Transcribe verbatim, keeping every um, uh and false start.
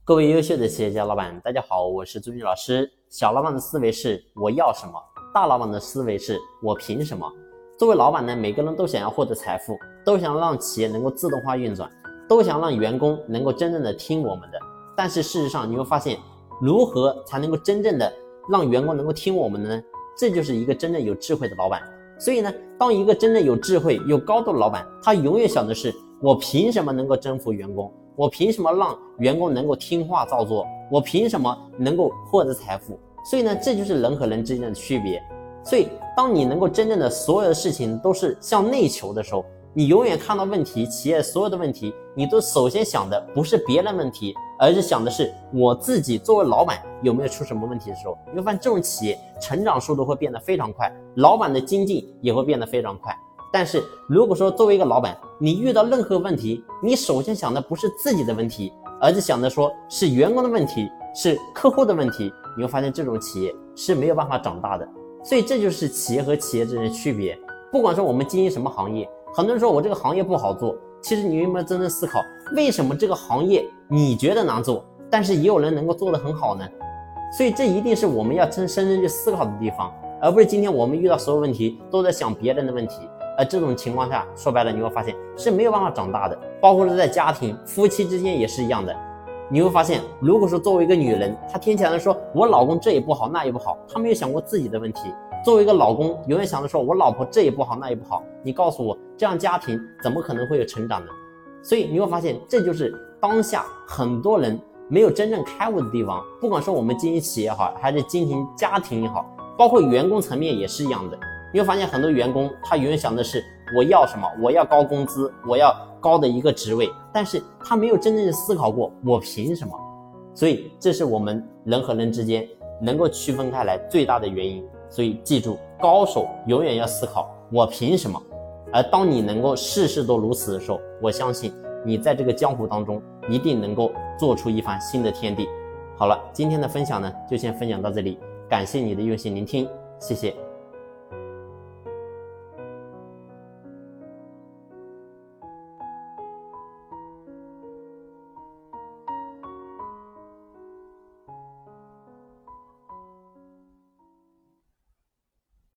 各位优秀的企业家老板，大家好，我是朱军老师。小老板的思维是我要什么，大老板的思维是我凭什么。作为老板呢，每个人都想要获得财富，都想让企业能够自动化运转，都想让员工能够真正的听我们的。但是事实上你会发现，如何才能够真正的让员工能够听我们的呢？这就是一个真正有智慧的老板。所以呢，当一个真正有智慧有高度的老板，他永远想的是我凭什么能够征服员工，我凭什么让员工能够听话照做，我凭什么能够获得财富。所以呢，这就是人和人之间的区别。所以当你能够真正的所有的事情都是向内求的时候，你永远看到问题，企业所有的问题，你都首先想的不是别人问题，而是想的是我自己作为老板有没有出什么问题的时候，你会发现这种企业成长速度会变得非常快，老板的精进也会变得非常快。但是如果说作为一个老板，你遇到任何问题，你首先想的不是自己的问题，而是想的说是员工的问题，是客户的问题，你会发现这种企业是没有办法长大的。所以这就是企业和企业之间的区别。不管说我们经营什么行业，很多人说我这个行业不好做，其实你有没有真正思考，为什么这个行业你觉得难做，但是也有人能够做得很好呢？所以这一定是我们要真深深去思考的地方，而不是今天我们遇到所有问题都在想别人的问题。而这种情况下，说白了你会发现是没有办法长大的。包括是在家庭夫妻之间也是一样的。你会发现，如果说作为一个女人，她天天说我老公这也不好那也不好，她没有想过自己的问题。作为一个老公，永远想着说我老婆这也不好那也不好，你告诉我这样家庭怎么可能会有成长呢？所以你会发现，这就是当下很多人没有真正开悟的地方。不管说我们经营企业也好，还是经营家庭也好，包括员工层面也是一样的。你会发现很多员工他永远想的是我要什么，我要高工资，我要高的一个职位，但是他没有真正的思考过我凭什么。所以这是我们人和人之间能够区分开来最大的原因。所以记住，高手永远要思考我凭什么。而当你能够事事都如此的时候，我相信你在这个江湖当中一定能够做出一番新的天地。好了，今天的分享呢就先分享到这里，感谢你的用心聆听，谢谢。